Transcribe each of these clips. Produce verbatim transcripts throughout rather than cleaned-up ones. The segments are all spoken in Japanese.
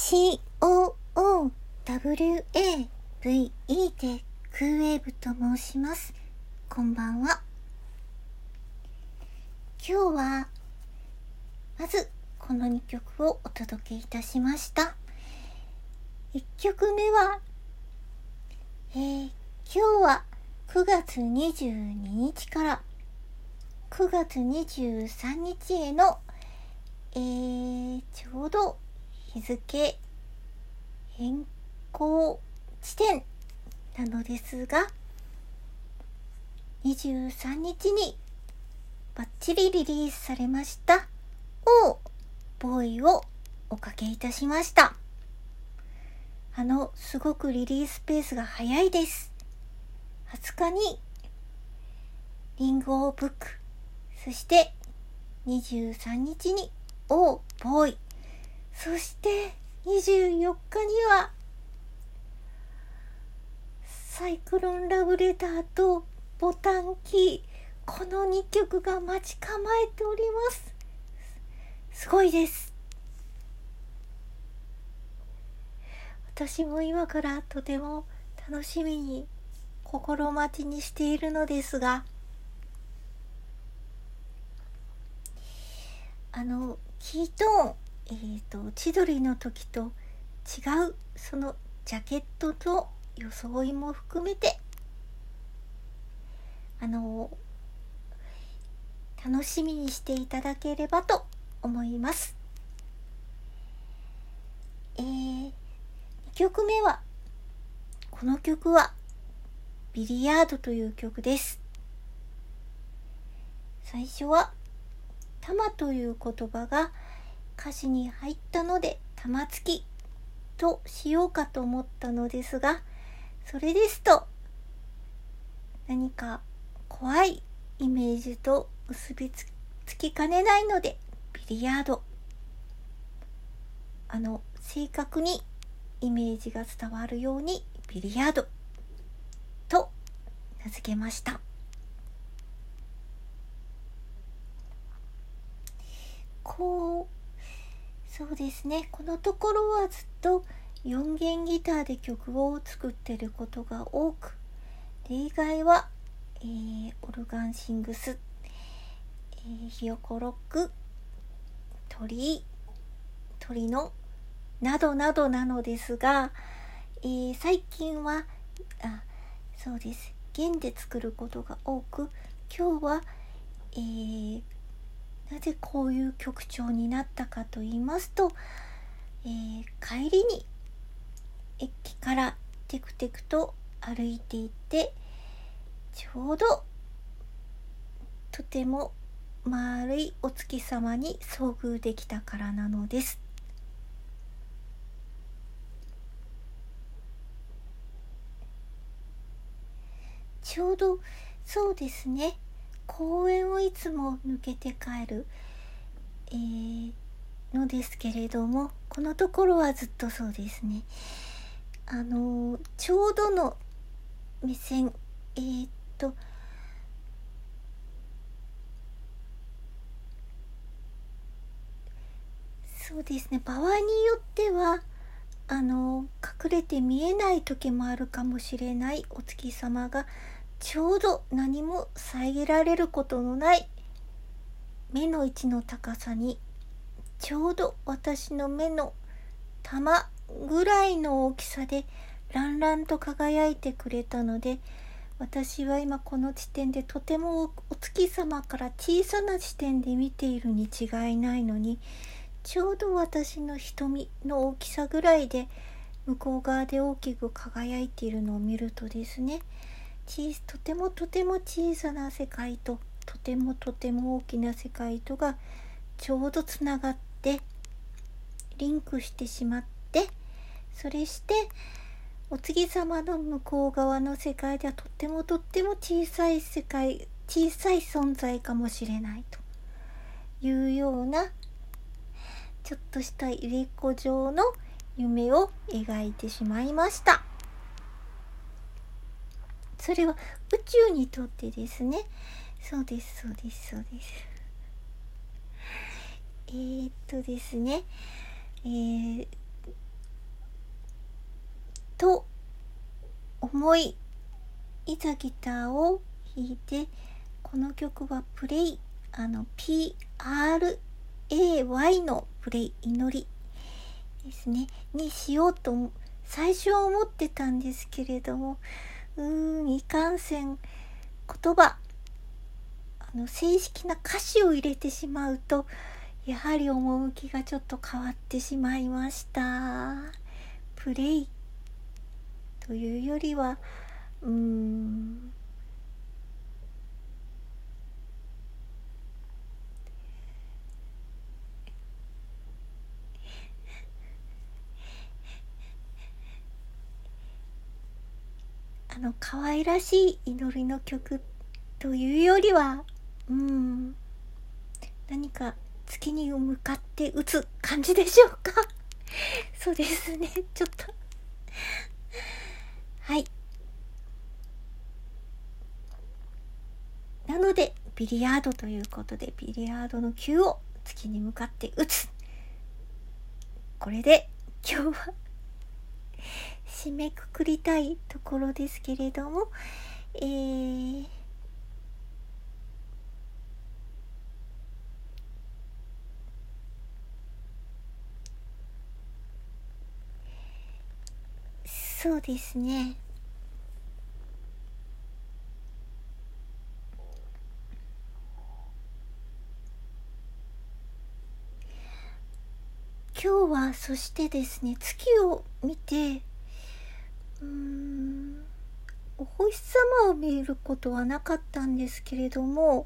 シーオーオーダブリューエーブイイー でクーウェーブと申します。こんばんは。今日はまずこのにきょくをお届けいたしました。いっきょくめは、えー、今日はくがつにじゅうににちからくがつにじゅうさんにちへの、えー、ちょうど日付変更地点なのですが、にじゅうさんにちにバッチリリリースされましたオーボーイをおかけいたしました。あのすごくリリースペースが早いです。はつかにリンゴブック、そしてにじゅうさんにちにオーボーイ、そしてにじゅうよっかにはサイクロンラブレターとボタンキー、このにきょくが待ち構えております。すごいです。私も今からとても楽しみに心待ちにしているのですが、あのキートーン、えーと千鳥の時と違うそのジャケットの装いも含めて、あの楽しみにしていただければと思います。えー、にきょくめは、この曲はビリヤードという曲です。最初は玉という言葉が歌詞に入ったので玉突きとしようかと思ったのですが、それですと何か怖いイメージと結びつきかねないので、ビリヤード、あの正確にイメージが伝わるようにビリヤードと名付けました。こうそうですね、このところはずっとよんげんギターで曲を作ってることが多く、例外は、えー、オルガンシングス、えー、ひよこロック、鳥鳥のなどなどなのですが、えー、最近はあそうです弦で作ることが多く、今日は、えー、なぜこういう曲調になったかと言いますと、えー、帰りに駅からテクテクと歩いていて、ちょうどとても丸いお月様に遭遇できたからなのです。ちょうどそうですね、公園をいつも抜けて帰る、えー、のですけれども、このところはずっとそうですね。あのー、ちょうどの目線、えー、っとそうですね、場合によってはあの隠れて見えない時もあるかもしれないお月様が、ちょうど何も遮られることのない目の位置の高さに、ちょうど私の目の玉ぐらいの大きさでランランと輝いてくれたので、私は今この地点でとてもお月様から小さな視点で見ているに違いないのに、ちょうど私の瞳の大きさぐらいで向こう側で大きく輝いているのを見るとですね、とてもとても小さな世界ととてもとても大きな世界とがちょうどつながってリンクしてしまって、それしてお月様の向こう側の世界ではとってもとっても小さい世界、小さい存在かもしれないというような、ちょっとした入れ子状の夢を描いてしまいました。それは宇宙にとってですね。そうですそうですそうです。えー、っとですね、えー、 と思い、いざギターを弾いて、この曲はプレイ、あの ピーアールエーワイ のプレイ、祈りですねにしようと最初は思ってたんですけれども、うーんいかんせん言葉、あの正式な歌詞を入れてしまうとやはり趣がちょっと変わってしまいました。プレイというよりはうーんあの可愛らしい祈りの曲というよりは、うーん何か月に向かって打つ感じでしょうか。そうですね、ちょっとはい。なのでビリヤードということで、ビリヤードの球を月に向かって打つ。これで今日は締めくくりたいところですけれども、えー、そうですね。今日はそしてですね、月を見て、うーんお星様を見ることはなかったんですけれども、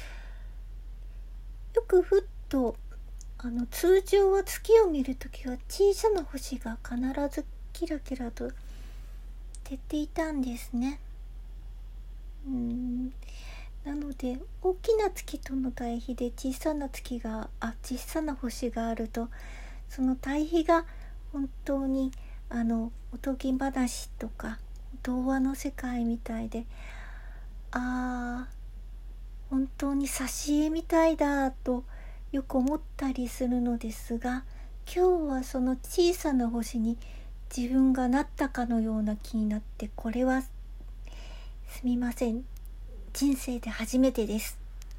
よくふっとあの通常は月を見るときは小さな星が必ずキラキラと照っていたんですね。うーんなので大きな月との対比で小さな月があ小さな星があると、その対比が本当にあのおとぎ話とか童話の世界みたいで、あー本当に挿絵みたいだとよく思ったりするのですが、今日はその小さな星に自分がなったかのような気になって、これはすみません、人生で初めてです。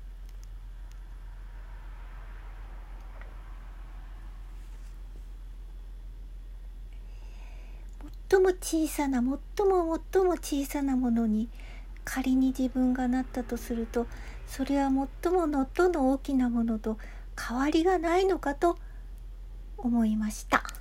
最も小さな最も最も小さなものに仮に自分がなったとすると、それは最も最も大きなものと変わりがないのかと思いました。